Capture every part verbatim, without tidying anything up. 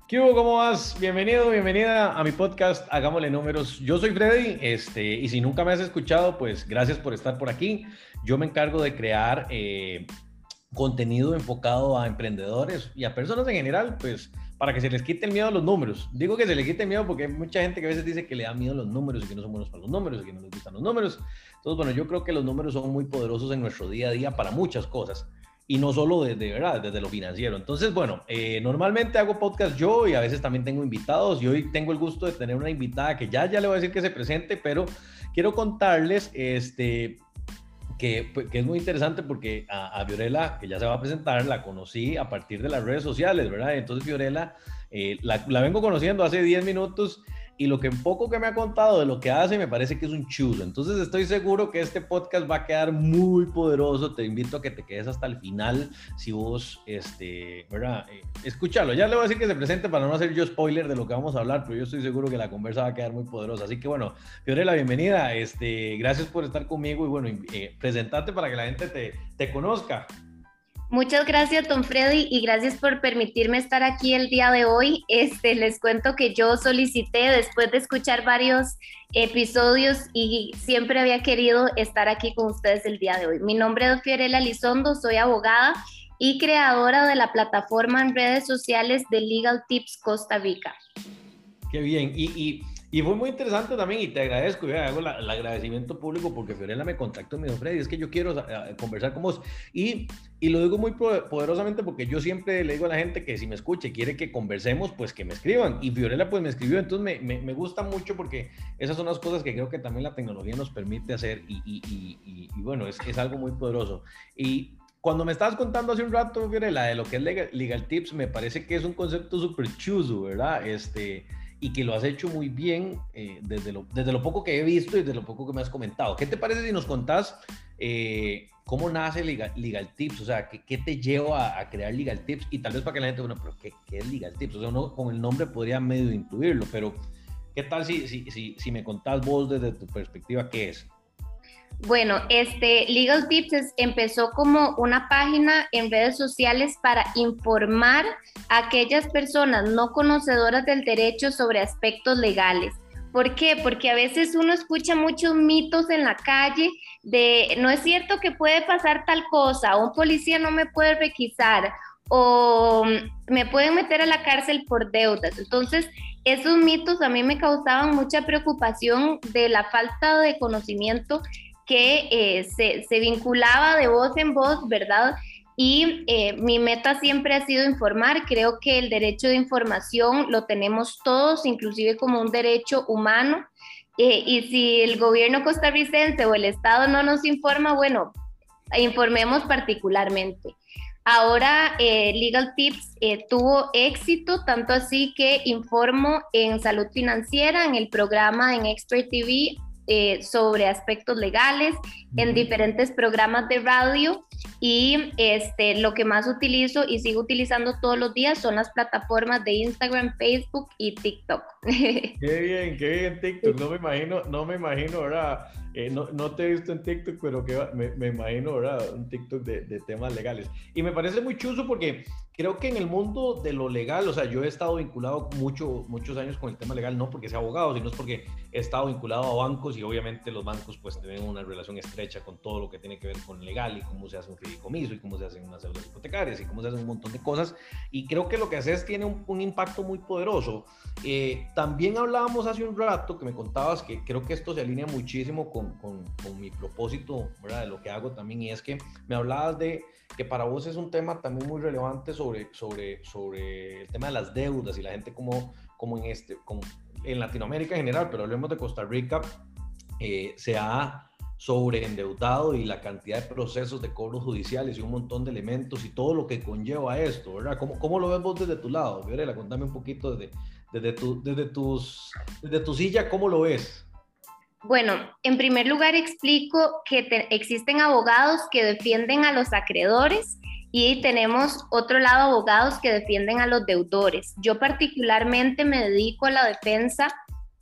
¿Qué hubo? ¿Cómo vas? Bienvenido, bienvenida a mi podcast Hagámosle Números. Yo soy Freddy, este, y si nunca me has escuchado, pues gracias por estar por aquí. Yo me encargo de crear eh, contenido enfocado a emprendedores y a personas en general, pues para que se les quite el miedo a los números. Digo que se les quite el miedo porque hay mucha gente que a veces dice que le da miedo a los números y que no son buenos para los números y que no les gustan los números. Entonces, bueno, yo creo que los números son muy poderosos en nuestro día a día para muchas cosas. Y no solo desde, ¿verdad? Desde lo financiero. Entonces, bueno, eh, normalmente hago podcast yo y a veces también tengo invitados. Y hoy tengo el gusto de tener una invitada que ya, ya le voy a decir que se presente, pero quiero contarles este, que, que es muy interesante porque a, a Fiorella, que ya se va a presentar, la conocí a partir de las redes sociales, ¿verdad? Entonces, Fiorella, eh, la, la vengo conociendo hace diez minutos. Y lo que poco que me ha contado de lo que hace me parece que es un chuzo. Entonces estoy seguro que este podcast va a quedar muy poderoso. Te invito a que te quedes hasta el final si vos, este, ¿verdad? Eh, escúchalo. Ya le voy a decir que se presente para no hacer yo spoiler de lo que vamos a hablar, pero yo estoy seguro que la conversa va a quedar muy poderosa. Así que bueno, Fiorella, bienvenida. Este, gracias por estar conmigo y bueno, eh, presentate para que la gente te, te conozca. Muchas gracias, don Freddy, y gracias por permitirme estar aquí el día de hoy. Este, les cuento que yo solicité después de escuchar varios episodios y siempre había querido estar aquí con ustedes el día de hoy. Mi nombre es Fiorella Lizondo, soy abogada y creadora de la plataforma en redes sociales de Legal Tips Costa Rica. Qué bien, y, y, y fue muy interesante también y te agradezco, y hago la, el agradecimiento público porque Fiorella me contactó y me dijo, Freddy, es que yo quiero uh, conversar con vos, y, y lo digo muy poderosamente porque yo siempre le digo a la gente que si me escucha y quiere que conversemos, pues que me escriban, y Fiorella pues me escribió, entonces me, me, me gusta mucho porque esas son las cosas que creo que también la tecnología nos permite hacer, y, y, y, y, y bueno, es, es algo muy poderoso, y cuando me estabas contando hace un rato, Fiorella, de lo que es legal, legal Tips, me parece que es un concepto súper chuzo, ¿verdad? Este... y que lo has hecho muy bien eh, desde, lo, desde lo poco que he visto y desde lo poco que me has comentado. ¿Qué te parece si nos contás eh, cómo nace Legal, Legal Tips? O sea, ¿qué, qué te lleva a, a crear Legal Tips? Y tal vez para que la gente, bueno, pero ¿qué, qué es Legal Tips? O sea, uno con el nombre podría medio intuirlo, pero ¿qué tal si, si, si, si me contás vos desde tu perspectiva qué es? Bueno, este Legal Tips es, empezó como una página en redes sociales para informar a aquellas personas no conocedoras del derecho sobre aspectos legales. ¿Por qué? Porque a veces uno escucha muchos mitos en la calle de no es cierto que puede pasar tal cosa, un policía no me puede requisar o me pueden meter a la cárcel por deudas. Entonces, esos mitos a mí me causaban mucha preocupación de la falta de conocimiento que eh, se, se vinculaba de voz en voz, ¿verdad? Y eh, mi meta siempre ha sido informar. Creo que el derecho de información lo tenemos todos, inclusive como un derecho humano. Eh, y si el gobierno costarricense o el Estado no nos informa, bueno, informemos particularmente. Ahora eh, Legal Tips eh, tuvo éxito, tanto así que informo en salud financiera, en el programa en Expert T V, Eh, sobre aspectos legales en diferentes programas de radio y este, lo que más utilizo y sigo utilizando todos los días son las plataformas de Instagram, Facebook y TikTok. Qué bien, qué bien TikTok, no me imagino, no me imagino, ¿verdad? Eh, no, no te he visto en TikTok, pero que me, me imagino, ¿verdad? Un TikTok de, de temas legales. Y me parece muy chuzo porque creo que en el mundo de lo legal, o sea, yo he estado vinculado mucho, muchos años con el tema legal, no porque sea abogado, sino es porque he estado vinculado a bancos y obviamente los bancos pues tienen una relación estrecha con todo lo que tiene que ver con legal y cómo se hace un fideicomiso y cómo se hacen unas deudas hipotecarias y cómo se hacen un montón de cosas. Y creo que lo que haces tiene un, un impacto muy poderoso. Eh, también hablábamos hace un rato que me contabas que creo que esto se alinea muchísimo con, con, con mi propósito, ¿verdad? De lo que hago también, y es que me hablabas de que para vos es un tema también muy relevante sobre, sobre, sobre el tema de las deudas y la gente como, como en, este, como en Latinoamérica en general, pero hablemos de Costa Rica, eh, se ha sobreendeudado y la cantidad de procesos de cobros judiciales y un montón de elementos y todo lo que conlleva esto, ¿verdad? ¿Cómo, cómo lo ves vos desde tu lado? Fiorella, contame un poquito desde, desde, tu, desde, tus, desde tu silla, ¿cómo lo ves? Bueno, en primer lugar explico que te, existen abogados que defienden a los acreedores y tenemos otro lado abogados que defienden a los deudores. Yo particularmente me dedico a la defensa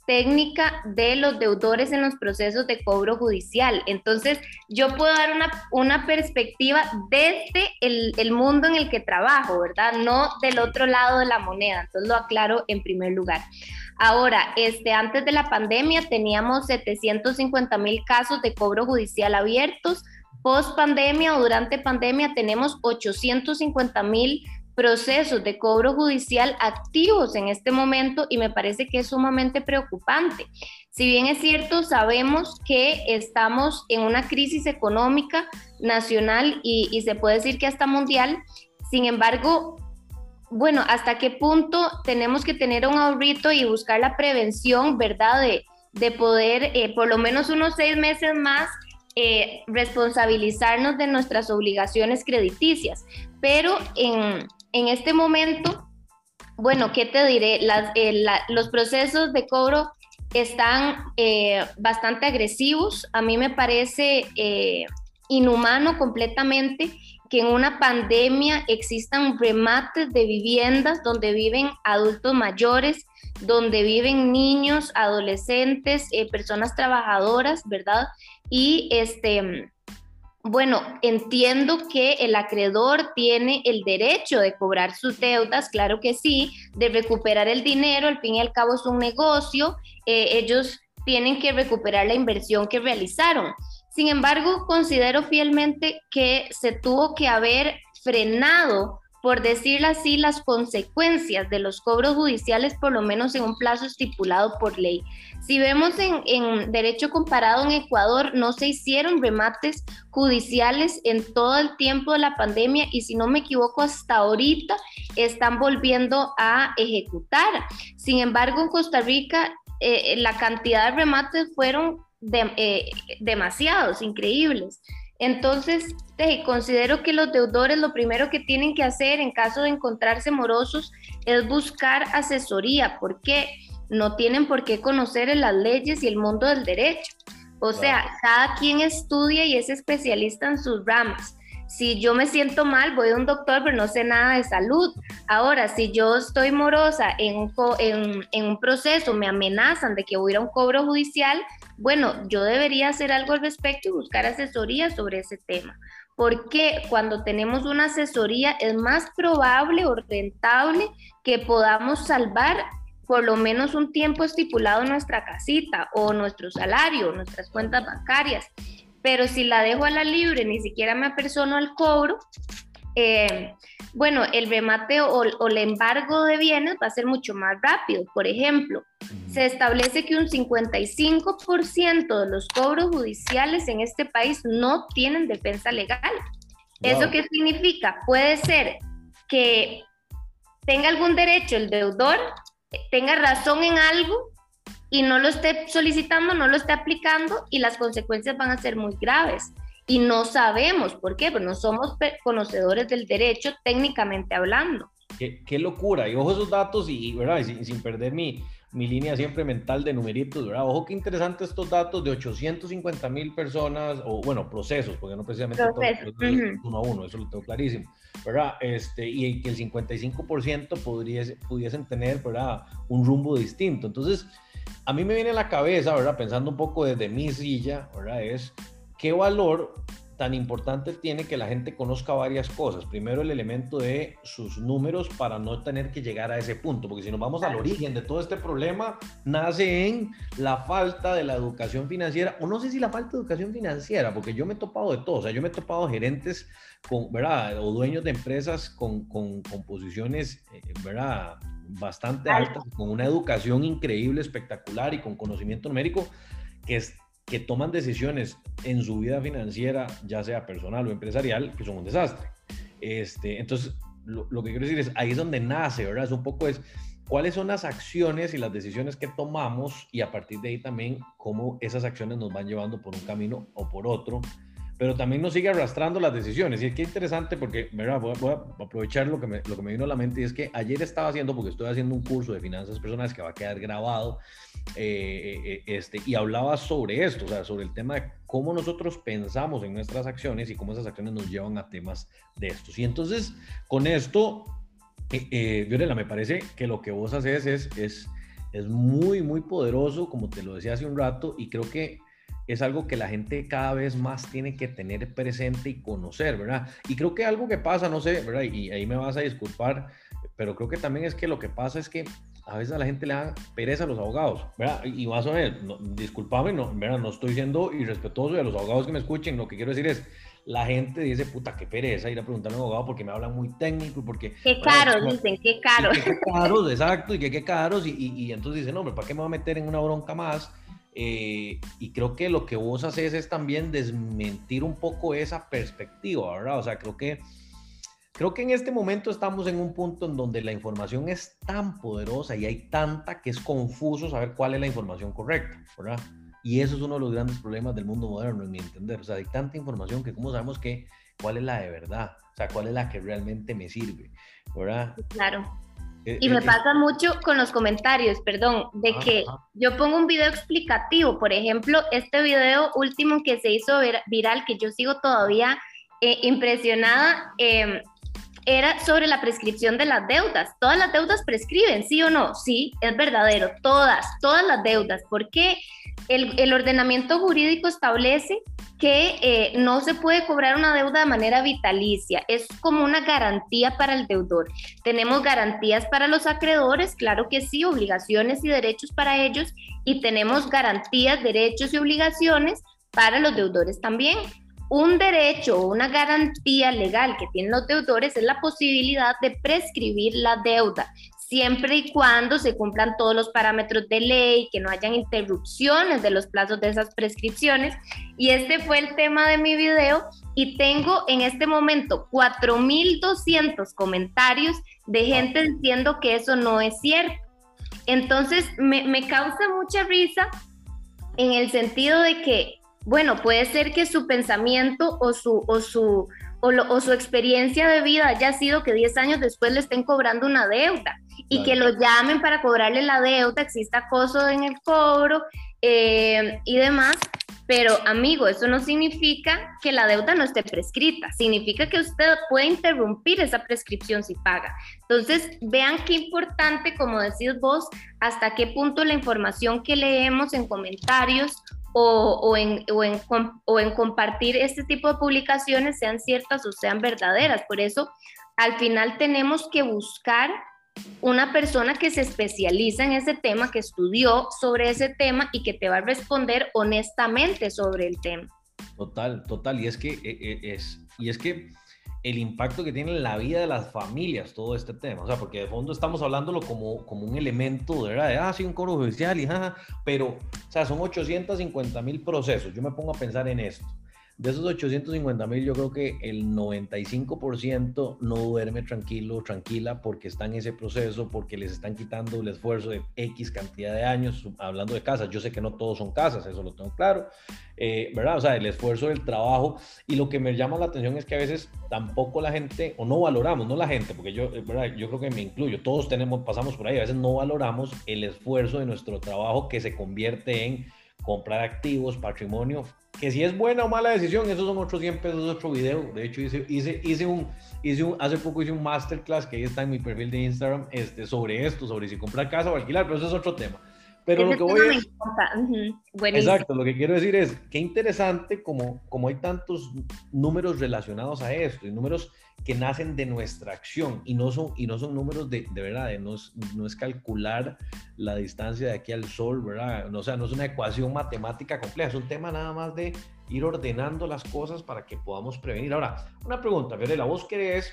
técnica de los deudores en los procesos de cobro judicial. Entonces, yo puedo dar una, una perspectiva desde el, el mundo en el que trabajo, ¿verdad? No del otro lado de la moneda. Entonces, lo aclaro en primer lugar. Ahora, este, antes de la pandemia teníamos setecientos cincuenta mil casos de cobro judicial abiertos. Post pandemia o durante pandemia tenemos ochocientos cincuenta mil procesos de cobro judicial activos en este momento y me parece que es sumamente preocupante. Si bien es cierto, sabemos que estamos en una crisis económica nacional y, y se puede decir que hasta mundial, sin embargo, bueno, ¿hasta qué punto tenemos que tener un ahorrito y buscar la prevención, verdad, de, de poder eh, por lo menos unos seis meses más eh, responsabilizarnos de nuestras obligaciones crediticias? Pero en, en este momento, bueno, ¿qué te diré? Las, eh, la, los procesos de cobro están eh, bastante agresivos. A mí me parece eh, inhumano completamente que en una pandemia existan remates de viviendas donde viven adultos mayores, donde viven niños, adolescentes, eh, personas trabajadoras, ¿verdad? Y este, bueno, entiendo que el acreedor tiene el derecho de cobrar sus deudas, claro que sí, de recuperar el dinero, al fin y al cabo es un negocio, eh, ellos tienen que recuperar la inversión que realizaron. Sin embargo, considero fielmente que se tuvo que haber frenado, por decirlo así, las consecuencias de los cobros judiciales, por lo menos en un plazo estipulado por ley. Si vemos en, en derecho comparado en Ecuador, no se hicieron remates judiciales en todo el tiempo de la pandemia y si no me equivoco, hasta ahorita están volviendo a ejecutar. Sin embargo, en Costa Rica, eh, la cantidad de remates fueron de, eh, demasiados, increíbles. Entonces, eh, considero que los deudores lo primero que tienen que hacer en caso de encontrarse morosos es buscar asesoría, porque no tienen por qué conocer las leyes y el mundo del derecho. O sea, claro, cada quien estudia y es especialista en sus ramas. Si yo me siento mal, voy a un doctor, pero no sé nada de salud. Ahora, si yo estoy morosa en un, en, en un proceso, me amenazan de que voy a ir a un cobro judicial, bueno, yo debería hacer algo al respecto y buscar asesoría sobre ese tema. Porque cuando tenemos una asesoría es más probable o rentable que podamos salvar por lo menos un tiempo estipulado en nuestra casita o nuestro salario, nuestras cuentas bancarias. Pero si la dejo a la libre, ni siquiera me apersono al cobro, eh, bueno, el remate o, o el embargo de bienes va a ser mucho más rápido. Por ejemplo, se establece que un cincuenta y cinco por ciento de los cobros judiciales en este país no tienen defensa legal. Wow. ¿Eso qué significa? Puede ser que tenga algún derecho el deudor, tenga razón en algo, y no lo esté solicitando, no lo esté aplicando y las consecuencias van a ser muy graves. Y no sabemos por qué, pero no somos conocedores del derecho técnicamente hablando. Qué, qué locura. Y ojo esos datos y, ¿verdad? y sin, sin perder mi, mi línea siempre mental de numeritos, ¿verdad? Ojo qué interesante estos datos de ochocientos cincuenta mil personas, o bueno, procesos, porque no precisamente procesos. Todo, uh-huh. uno a uno, eso lo tengo clarísimo, ¿verdad? Este, y que el cincuenta y cinco por ciento podrías, pudiesen tener, ¿verdad?, un rumbo distinto. Entonces, a mí me viene a la cabeza, ¿verdad?, pensando un poco desde mi silla, ¿verdad?, es qué valor tan importante tiene que la gente conozca varias cosas. Primero, el elemento de sus números para no tener que llegar a ese punto, porque si nos vamos al origen de todo este problema, nace en la falta de la educación financiera, o no sé si la falta de educación financiera, porque yo me he topado de todo, o sea, yo me he topado gerentes con, ¿verdad?, o dueños de empresas con, con, con posiciones, eh, ¿verdad?, bastante altas, con una educación increíble, espectacular y con conocimiento numérico, que es que toman decisiones en su vida financiera, ya sea personal o empresarial, que son un desastre. Este, entonces, lo, lo que quiero decir es, ahí es donde nace, ¿verdad? Es un poco es, ¿cuáles son las acciones y las decisiones que tomamos? Y a partir de ahí también, cómo esas acciones nos van llevando por un camino o por otro, pero también nos sigue arrastrando las decisiones. Y es que es interesante porque, ¿verdad?, voy a, voy a aprovechar lo que, me, lo que me vino a la mente, y es que ayer estaba haciendo, porque estoy haciendo un curso de finanzas personales que va a quedar grabado, eh, eh, este, y hablaba sobre esto, o sea, sobre el tema de cómo nosotros pensamos en nuestras acciones y cómo esas acciones nos llevan a temas de estos. Y entonces, con esto, eh, eh, Violeta, me parece que lo que vos haces es, es es muy, muy poderoso, como te lo decía hace un rato, y creo que es algo que la gente cada vez más tiene que tener presente y conocer, ¿verdad? Y creo que algo que pasa, no sé, ¿verdad? Y ahí me vas a disculpar, pero creo que también es que lo que pasa es que a veces a la gente le da pereza a los abogados, ¿verdad? Y vas a ver, no, discúlpame, no, ¿verdad? No estoy siendo irrespetuoso de los abogados que me escuchen, lo que quiero decir es, la gente dice, puta, qué pereza ir a preguntar a un abogado porque me hablan muy técnico, porque... Qué caros, dicen, qué caros. Qué caros, exacto, y que qué caros, y, y, y entonces dicen, no, hombre, ¿para qué me voy a meter en una bronca más? Eh, y creo que lo que vos haces es también desmentir un poco esa perspectiva, ¿verdad? O sea, creo que, creo que en este momento estamos en un punto en donde la información es tan poderosa y hay tanta que es confuso saber cuál es la información correcta, ¿verdad? Y eso es uno de los grandes problemas del mundo moderno, en mi entender. O sea, hay tanta información que cómo sabemos que, cuál es la de verdad, o sea, cuál es la que realmente me sirve, ¿verdad? Claro. Y me pasa mucho con los comentarios, perdón, de que yo pongo un video explicativo, por ejemplo, este video último que se hizo viral, que yo sigo todavía eh, impresionada, eh, era sobre la prescripción de las deudas. Todas las deudas prescriben, ¿sí o no? Sí, es verdadero, todas, todas las deudas, porque el, el ordenamiento jurídico establece que eh, no se puede cobrar una deuda de manera vitalicia, es como una garantía para el deudor. Tenemos garantías para los acreedores, claro que sí, obligaciones y derechos para ellos, y tenemos garantías, derechos y obligaciones para los deudores también. Un derecho o una garantía legal que tienen los deudores es la posibilidad de prescribir la deuda, siempre y cuando se cumplan todos los parámetros de ley, que no hayan interrupciones de los plazos de esas prescripciones. Y este fue el tema de mi video y tengo en este momento cuatro mil doscientos comentarios de gente diciendo que eso no es cierto. Entonces me, me causa mucha risa en el sentido de que, bueno, puede ser que su pensamiento o su, o su, o lo, o su experiencia de vida haya sido que diez años después le estén cobrando una deuda y claro, que lo llamen para cobrarle la deuda, exista acoso en el cobro eh, y demás, pero amigo, eso no significa que la deuda no esté prescrita, significa que usted puede interrumpir esa prescripción si paga. Entonces, vean qué importante, como decís vos, hasta qué punto la información que leemos en comentarios O, o, en, o, en, o en compartir este tipo de publicaciones sean ciertas o sean verdaderas. Por eso, al final tenemos que buscar una persona que se especializa en ese tema, que estudió sobre ese tema y que te va a responder honestamente sobre el tema. Total, total. Y es que, es, y es que el impacto que tiene en la vida de las familias todo este tema, o sea, porque de fondo estamos hablándolo como, como un elemento de verdad, de, ah, sí, un cobro judicial, y jaja, pero, o sea, son ochocientos cincuenta mil procesos. Yo me pongo a pensar en esto. De esos ochocientos cincuenta mil, yo creo que el noventa y cinco por ciento no duerme tranquilo, tranquila, porque está en ese proceso, porque les están quitando el esfuerzo de X cantidad de años, hablando de casas. Yo sé que no todos son casas, eso lo tengo claro, eh, ¿verdad? O sea, el esfuerzo del trabajo, y lo que me llama la atención es que a veces tampoco la gente, o no valoramos, no la gente, porque yo, ¿verdad? Yo creo que me incluyo, todos tenemos, pasamos por ahí, a veces no valoramos el esfuerzo de nuestro trabajo que se convierte en comprar activos, patrimonio, que si es buena o mala decisión, esos son otros cien pesos, otro video. De hecho, hice, hice, hice, un, hice un, hace poco hice un masterclass que ahí está en mi perfil de Instagram, este, sobre esto, sobre si comprar casa o alquilar, pero eso es otro tema. Pero ese lo que voy me es... uh-huh. Exacto, lo que quiero decir es, qué interesante como, como hay tantos números relacionados a esto, y números que nacen de nuestra acción, y no son, y no son números de, de verdad, de no, es, no es calcular la distancia de aquí al sol, ¿verdad? No, o sea, no es una ecuación matemática compleja, es un tema nada más de ir ordenando las cosas para que podamos prevenir. Ahora, una pregunta, Fiorella, ¿vos crees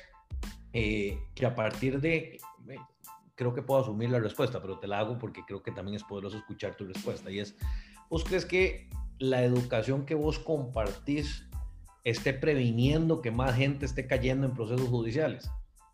eh, que a partir de... Eh, creo que puedo asumir la respuesta, pero te la hago porque creo que también es poderoso escuchar tu respuesta, y es, ¿vos crees que la educación que vos compartís esté previniendo que más gente esté cayendo en procesos judiciales?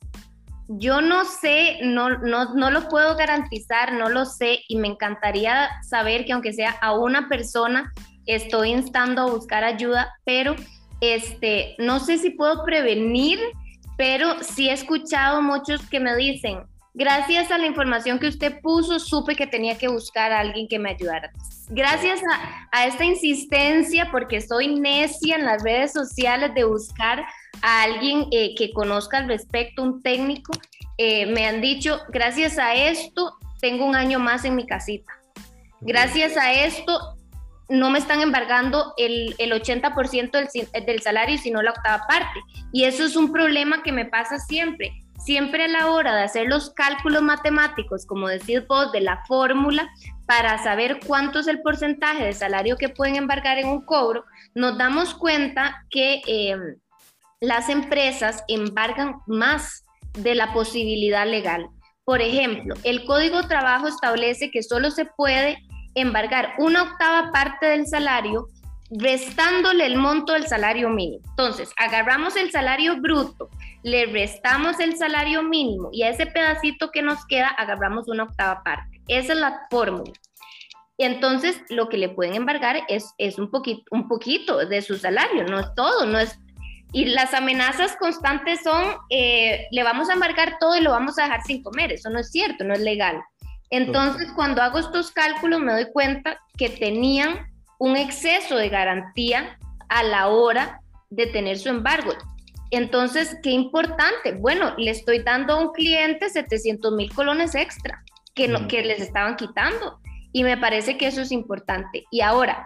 Yo no sé, no, no, no lo puedo garantizar, no lo sé, y me encantaría saber que aunque sea a una persona, estoy instando a buscar ayuda, pero este, no sé si puedo prevenir, pero sí he escuchado muchos que me dicen, gracias a la información que usted puso, supe que tenía que buscar a alguien que me ayudara. Gracias a, a esta insistencia, porque soy necia en las redes sociales de buscar a alguien eh, que conozca al respecto, un técnico, eh, me han dicho, gracias a esto, tengo un año más en mi casita. Gracias a esto, no me están embargando el, el ochenta por ciento del, del salario, sino la octava parte. Y eso es un problema que me pasa siempre. Siempre a la hora de hacer los cálculos matemáticos, como decís vos, de la fórmula, para saber cuánto es el porcentaje de salario que pueden embargar en un cobro, nos damos cuenta que eh, las empresas embargan más de la posibilidad legal. Por ejemplo, el Código de Trabajo establece que solo se puede embargar una octava parte del salario restándole el monto del salario mínimo. Entonces, agarramos el salario bruto, le restamos el salario mínimo y a ese pedacito que nos queda agarramos una octava parte. Esa es la fórmula. Entonces, lo que le pueden embargar es, es un, poquito, un poquito de su salario, no es todo, no es... Y las amenazas constantes son, eh, le vamos a embargar todo y lo vamos a dejar sin comer. Eso no es cierto, no es legal. Entonces, cuando hago estos cálculos me doy cuenta que tenían un exceso de garantía a la hora de tener su embargo. Entonces, qué importante. Bueno, le estoy dando a un cliente setecientos mil colones extra que, no, que les estaban quitando. Y me parece que eso es importante. Y ahora,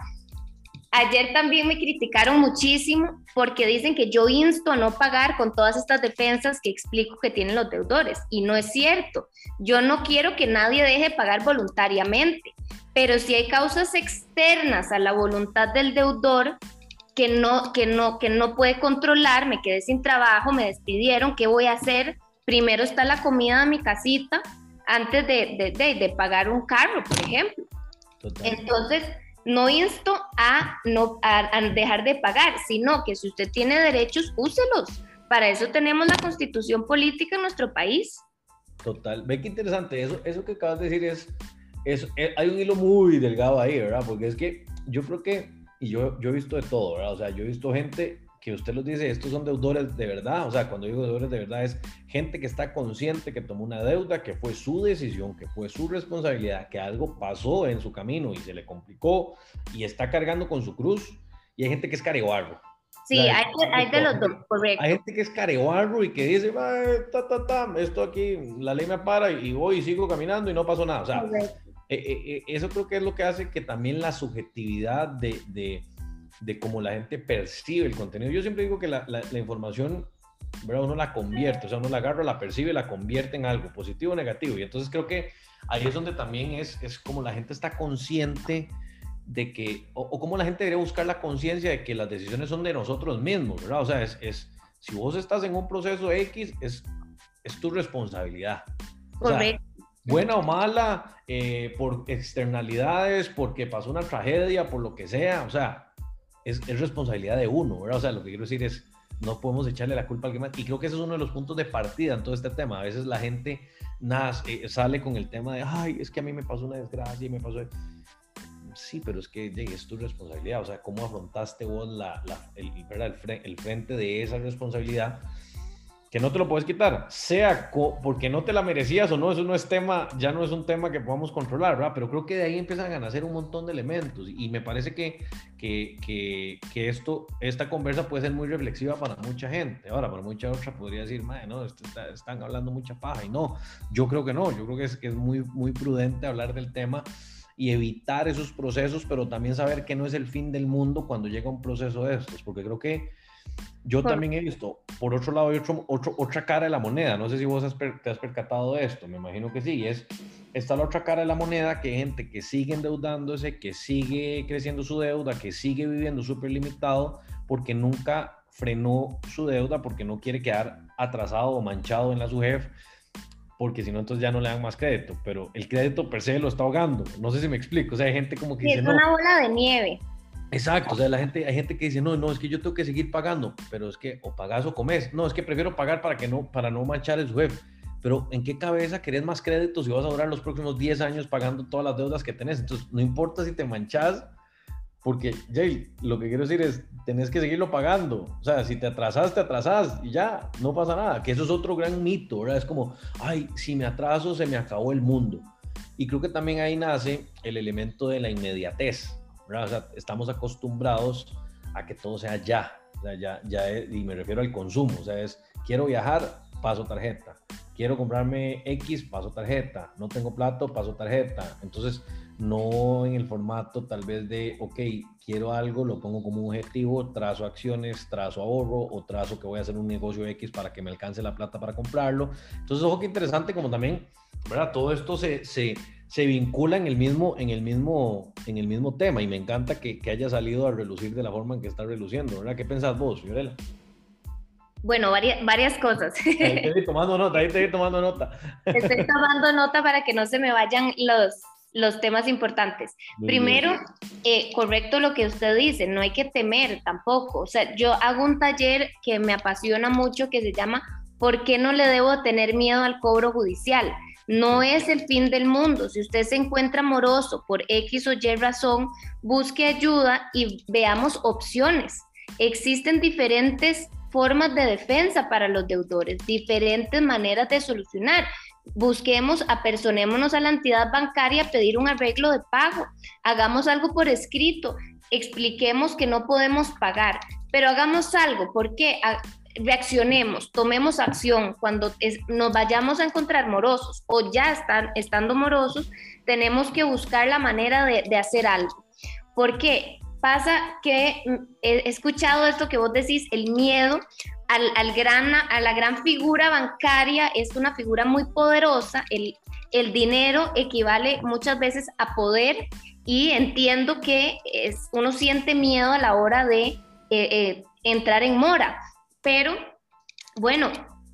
ayer también me criticaron muchísimo porque dicen que yo insto a no pagar con todas estas defensas que explico que tienen los deudores. Y no es cierto. Yo no quiero que nadie deje de pagar voluntariamente, pero si hay causas externas a la voluntad del deudor que no, que no, que no puede controlar, me quedé sin trabajo, me despidieron, ¿qué voy a hacer? Primero está la comida de mi casita antes de, de, de, de pagar un carro, por ejemplo. Total. Entonces, no insto a, no, a, a dejar de pagar, sino que si usted tiene derechos, úselos. Para eso tenemos la constitución política en nuestro país. Total. Ve qué interesante. Eso, eso que acabas de decir es, es, es... Hay un hilo muy delgado ahí, ¿verdad? Porque es que yo creo que... Y yo, yo he visto de todo, ¿verdad? O sea, yo he visto gente que usted los dice, estos son deudores de verdad. O sea, cuando digo deudores de verdad es gente que está consciente que tomó una deuda, que fue su decisión, que fue su responsabilidad, que algo pasó en su camino y se le complicó y está cargando con su cruz. Y hay gente que es carebarro. Sí, hay, hay de los dos, correcto. Hay gente que es carebarro y que dice, ta, ta, ta, esto aquí, la ley me para y voy y sigo caminando y no pasó nada. O sea, eh, eh, eso creo que es lo que hace que también la subjetividad de, de, de cómo la gente percibe el contenido. Yo siempre digo que la, la, la información, ¿verdad? Uno la convierte, o sea, uno la agarra, la percibe, la convierte en algo positivo o negativo. Y entonces creo que ahí es donde también es, es como la gente está consciente de que, o, o como la gente debería buscar la conciencia de que las decisiones son de nosotros mismos, ¿verdad? O sea, es, es si vos estás en un proceso X, es, es tu responsabilidad. O sea, buena o mala, eh, por externalidades, porque pasó una tragedia, por lo que sea, o sea, es, es responsabilidad de uno, ¿verdad? O sea, lo que quiero decir es, no podemos echarle la culpa a alguien más, y creo que ese es uno de los puntos de partida en todo este tema. A veces la gente nace, eh, sale con el tema de, ay, es que a mí me pasó una desgracia y me pasó... Sí, pero es que es tu responsabilidad, o sea, cómo afrontaste vos la, la, el, el, el frente de esa responsabilidad, que no te lo puedes quitar, sea porque no te la merecías o no, eso no es tema, ya no es un tema que podamos controlar, ¿verdad? Pero creo que de ahí empiezan a nacer un montón de elementos, y me parece que, que, que, que esto, esta conversa puede ser muy reflexiva para mucha gente. Ahora, para mucha otra podría decir, madre, no, esto está, están hablando mucha paja, y no, yo creo que no, yo creo que es, que es muy, muy prudente hablar del tema y evitar esos procesos, pero también saber que no es el fin del mundo cuando llega un proceso de estos, porque creo que yo por... también he visto, por otro lado, hay otro, otro, otra cara de la moneda. No sé si vos has per, te has percatado de esto, me imagino que sí. Es, está la otra cara de la moneda, que hay gente que sigue endeudándose, que sigue creciendo su deuda, que sigue viviendo súper limitado, porque nunca frenó su deuda, porque no quiere quedar atrasado o manchado en la S U G E F, porque si no, entonces ya no le dan más crédito, pero el crédito per se lo está ahogando. No sé si me explico. O sea, hay gente como que sí, dice, es no. una bola de nieve. Exacto, o sea, la gente, hay gente que dice, no, no, es que yo tengo que seguir pagando, pero es que o pagás o comes. No, es que prefiero pagar para, que no, para no manchar el S U G E F. Pero ¿en qué cabeza querés más créditos si vas a durar los próximos diez años pagando todas las deudas que tenés? Entonces, no importa si te manchás, porque, Jay, lo que quiero decir es, tenés que seguirlo pagando. O sea, si te atrasás, te atrasás y ya, no pasa nada. Que eso es otro gran mito, ¿verdad? Es como, ay, si me atraso, se me acabó el mundo. Y creo que también ahí nace el elemento de la inmediatez, ¿verdad? O sea, estamos acostumbrados a que todo sea ya. O sea, ya, ya es, y me refiero al consumo. O sea, es, quiero viajar, paso tarjeta. quiero comprarme X, paso tarjeta, no tengo plato, paso tarjeta. Entonces, no en el formato tal vez de, ok, quiero algo, lo pongo como un objetivo, trazo acciones, trazo ahorro o trazo que voy a hacer un negocio X para que me alcance la plata para comprarlo. Entonces, ojo, qué interesante como también, ¿verdad? Todo esto se, se, se vincula en el, mismo, en, el mismo, en el mismo tema y me encanta que, que haya salido a relucir de la forma en que está reluciendo, ¿verdad? ¿Qué pensás vos, Fiorella? Bueno, varias, varias cosas. Ahí te voy tomando nota, ahí te voy tomando nota. Estoy tomando nota para que no se me vayan los, los temas importantes. Muy Primero, bien. eh, correcto lo que usted dice, no hay que temer tampoco. O sea, yo hago un taller que me apasiona mucho que se llama ¿Por qué no le debo tener miedo al cobro judicial? No es el fin del mundo. Si usted se encuentra moroso por X o Y razón, busque ayuda y veamos opciones. Existen diferentes formas de defensa para los deudores, diferentes maneras de solucionar. Busquemos, apersonémonos a la entidad bancaria a pedir un arreglo de pago, hagamos algo por escrito, expliquemos que no podemos pagar, pero hagamos algo. ¿Por qué? Reaccionemos, tomemos acción. Cuando es, nos vayamos a encontrar morosos o ya están estando morosos, tenemos que buscar la manera de, de hacer algo. ¿Por qué? Pasa que he escuchado esto que vos decís, el miedo al, al gran, a la gran figura bancaria. Es una figura muy poderosa, el, el dinero equivale muchas veces a poder y entiendo que es, uno siente miedo a la hora de eh, eh, entrar en mora, pero bueno,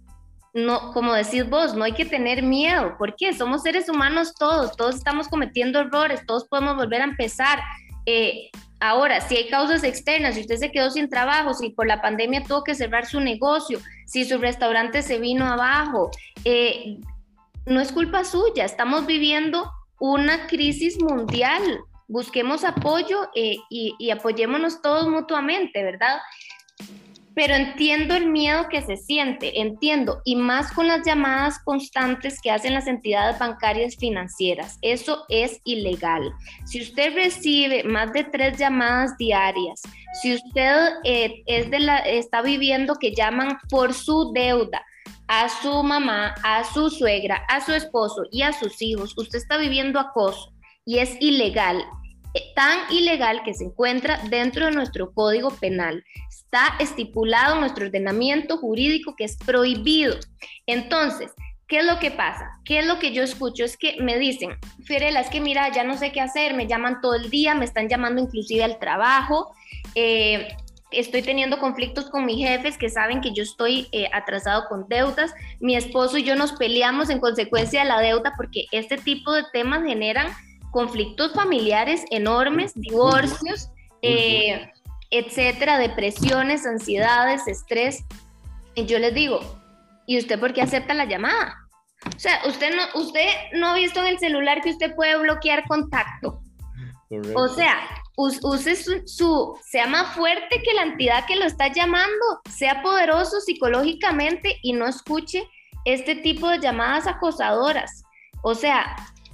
no, como decís vos, no hay que tener miedo. ¿Por qué? Somos seres humanos todos, todos estamos cometiendo errores, todos podemos volver a empezar. Eh, Ahora, si hay causas externas, si usted se quedó sin trabajo, si por la pandemia tuvo que cerrar su negocio, si su restaurante se vino abajo, eh, no es culpa suya. Estamos viviendo una crisis mundial. Busquemos apoyo eh, y, y apoyémonos todos mutuamente, ¿verdad? Pero entiendo el miedo que se siente, entiendo, y más con las llamadas constantes que hacen las entidades bancarias financieras. Eso es ilegal. Si usted recibe más de tres llamadas diarias, si usted eh, es de la, está viviendo que llaman por su deuda a su mamá, a su suegra, a su esposo y a sus hijos, usted está viviendo acoso y es ilegal. Tan ilegal que se encuentra dentro de nuestro Código Penal. Está estipulado en nuestro ordenamiento jurídico que es prohibido. Entonces, ¿qué es lo que pasa? ¿Qué es lo que yo escucho? Es que me dicen, Fiorella, es que mira, ya no sé qué hacer, me llaman todo el día, me están llamando inclusive al trabajo, eh, estoy teniendo conflictos con mis jefes que saben que yo estoy eh, atrasado con deudas, mi esposo y yo nos peleamos en consecuencia de la deuda porque este tipo de temas generan conflictos familiares enormes, divorcios, eh, etcétera, depresiones, ansiedades, estrés. Y yo les digo, ¿y usted por qué acepta la llamada? O sea, usted no, usted no ha visto en el celular que usted puede bloquear contacto. Correcto. O sea, use su, su, sea más fuerte que la entidad que lo está llamando, sea poderoso psicológicamente y no escuche este tipo de llamadas acosadoras. O sea,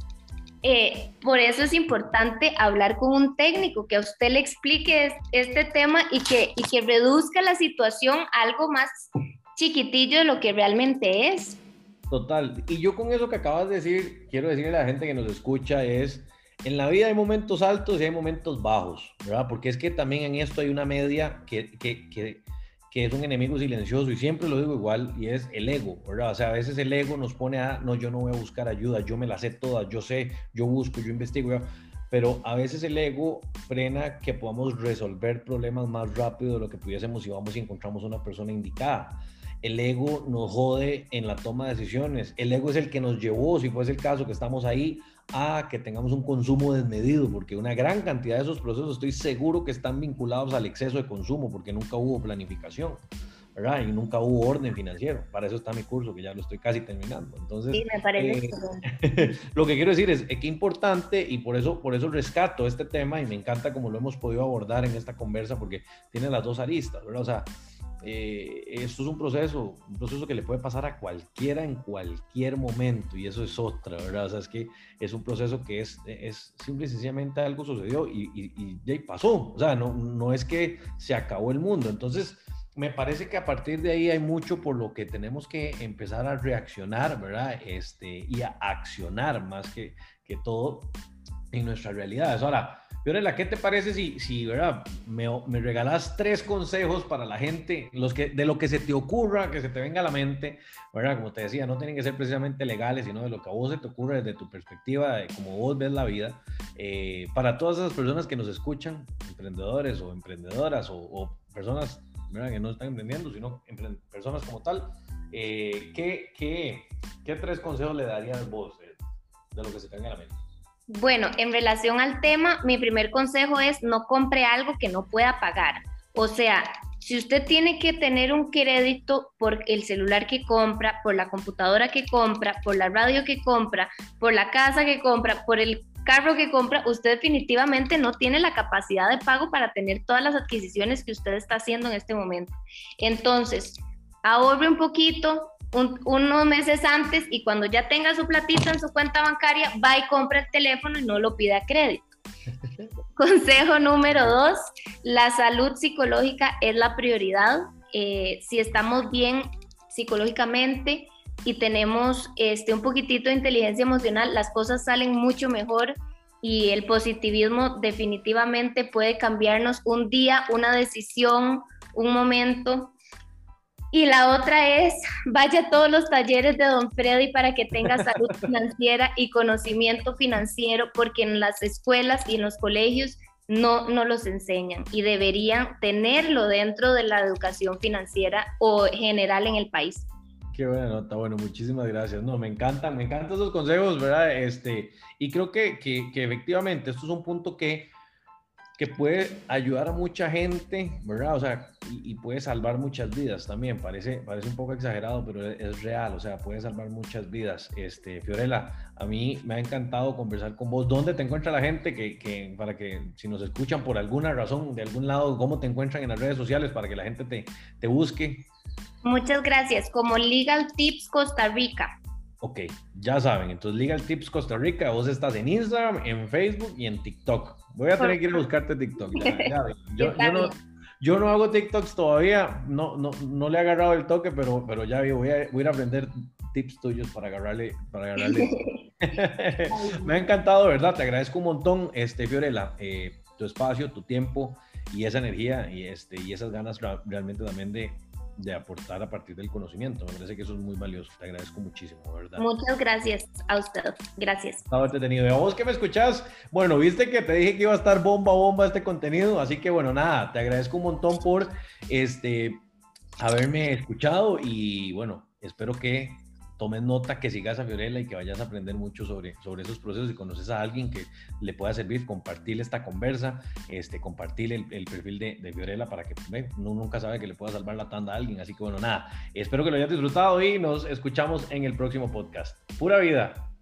Eh, por eso es importante hablar con un técnico que a usted le explique este tema y que, y que reduzca la situación a algo más chiquitillo de lo que realmente es. Total. Y yo con eso que acabas de decir, quiero decirle a la gente que nos escucha es, en la vida hay momentos altos y hay momentos bajos, ¿verdad? Porque es que también en esto hay una media que, que, que, que es un enemigo silencioso y siempre lo digo igual y es el ego, ¿verdad? O sea, a veces el ego nos pone a, no, yo no voy a buscar ayuda, yo me la sé todas, yo sé, yo busco, yo investigo, yo... pero a veces el ego frena que podamos resolver problemas más rápido de lo que pudiésemos si vamos y encontramos una persona indicada. El ego nos jode en la toma de decisiones, el ego es el que nos llevó, si fuese el caso que estamos ahí, a que tengamos un consumo desmedido, porque una gran cantidad de esos procesos estoy seguro que están vinculados al exceso de consumo, porque nunca hubo planificación, ¿verdad? Y nunca hubo orden financiero. Para eso está mi curso, que ya lo estoy casi terminando. Entonces, sí, me parece eh, lo que quiero decir es eh, que importante, y por eso, por eso rescato este tema, y me encanta cómo lo hemos podido abordar en esta conversa, porque tiene las dos aristas, ¿verdad? O sea, Eh, esto es un proceso, un proceso que le puede pasar a cualquiera en cualquier momento y eso es otra, ¿verdad? O sea, es que es un proceso que es, es simple y sencillamente algo sucedió y, y, y, y pasó, o sea, no, no es que se acabó el mundo. Entonces, me parece que a partir de ahí hay mucho por lo que tenemos que empezar a reaccionar, ¿verdad? Este, y a accionar más que, que todo en nuestras realidades. Ahora, Fiorella, ¿qué te parece si, si ¿verdad? Me, me regalas tres consejos para la gente, los que, de lo que se te ocurra, que se te venga a la mente, ¿verdad? Como te decía, no tienen que ser precisamente legales, sino de lo que a vos se te ocurre desde tu perspectiva, de cómo vos ves la vida, eh, para todas esas personas que nos escuchan, emprendedores o emprendedoras o, o personas, ¿verdad? Que no están emprendiendo, sino personas como tal. Eh, ¿qué, qué, ¿Qué tres consejos le darías vos de, de lo que se te venga a la mente? Bueno, en relación al tema, mi primer consejo es no compre algo que no pueda pagar. O sea, si usted tiene que tener un crédito por el celular que compra, por la computadora que compra, por la radio que compra, por la casa que compra, por el carro que compra, usted definitivamente no tiene la capacidad de pago para tener todas las adquisiciones que usted está haciendo en este momento. Entonces, ahorre un poquito, Un, unos meses antes, y cuando ya tenga su platita en su cuenta bancaria, va y compra el teléfono y no lo pida a crédito. Consejo número dos, la salud psicológica es la prioridad. Eh, si estamos bien psicológicamente y tenemos este, un poquitito de inteligencia emocional, las cosas salen mucho mejor y el positivismo definitivamente puede cambiarnos un día, una decisión, un momento. Y la otra es, vaya a todos los talleres de Don Freddy para que tenga salud financiera y conocimiento financiero, porque en las escuelas y en los colegios no, no los enseñan y deberían tenerlo dentro de la educación financiera o general en el país. Qué buena nota, bueno, muchísimas gracias. No, me encantan, me encantan esos consejos, ¿verdad? Este, y creo que, que, que efectivamente esto es un punto que que puede ayudar a mucha gente, ¿verdad? O sea, y, y puede salvar muchas vidas también. Parece, parece un poco exagerado, pero es, es real, o sea, puede salvar muchas vidas. Este, Fiorella, a mí me ha encantado conversar con vos. ¿Dónde te encuentra la gente? Que, que, para que, si nos escuchan por alguna razón, de algún lado, ¿cómo te encuentran en las redes sociales para que la gente te, te busque? Muchas gracias. Como Legal Tips Costa Rica. Ok, ya saben, entonces Legal Tips Costa Rica, vos estás en Instagram, en Facebook y en TikTok. Voy a tener que ir a buscarte TikTok. Ya, ya, yo, yo, no, yo no hago TikToks todavía, no, no, no le he agarrado el toque, pero, pero ya voy a, voy a ir a aprender tips tuyos para agarrarle. Para agarrarle. Me ha encantado, ¿verdad? Te agradezco un montón, este, Fiorella, eh, tu espacio, tu tiempo y esa energía y, este, y esas ganas realmente también de... de aportar a partir del conocimiento. Me parece que eso es muy valioso. Te agradezco muchísimo, ¿verdad? Muchas gracias a usted. Gracias. Haberte tenido. ¿Y a vos que me escuchás? Bueno, viste que te dije que iba a estar bomba, bomba este contenido. Así que, bueno, nada, te agradezco un montón por este, haberme escuchado y, bueno, espero que tomes nota, que sigas a Fiorella y que vayas a aprender mucho sobre, sobre esos procesos y conoces a alguien que le pueda servir, compartirle esta conversa, este, compartirle el, el perfil de, de Fiorella para que ¿ve? Uno nunca sabe que le pueda salvar la tanda a alguien. Así que bueno, nada, espero que lo hayas disfrutado y nos escuchamos en el próximo podcast. Pura vida.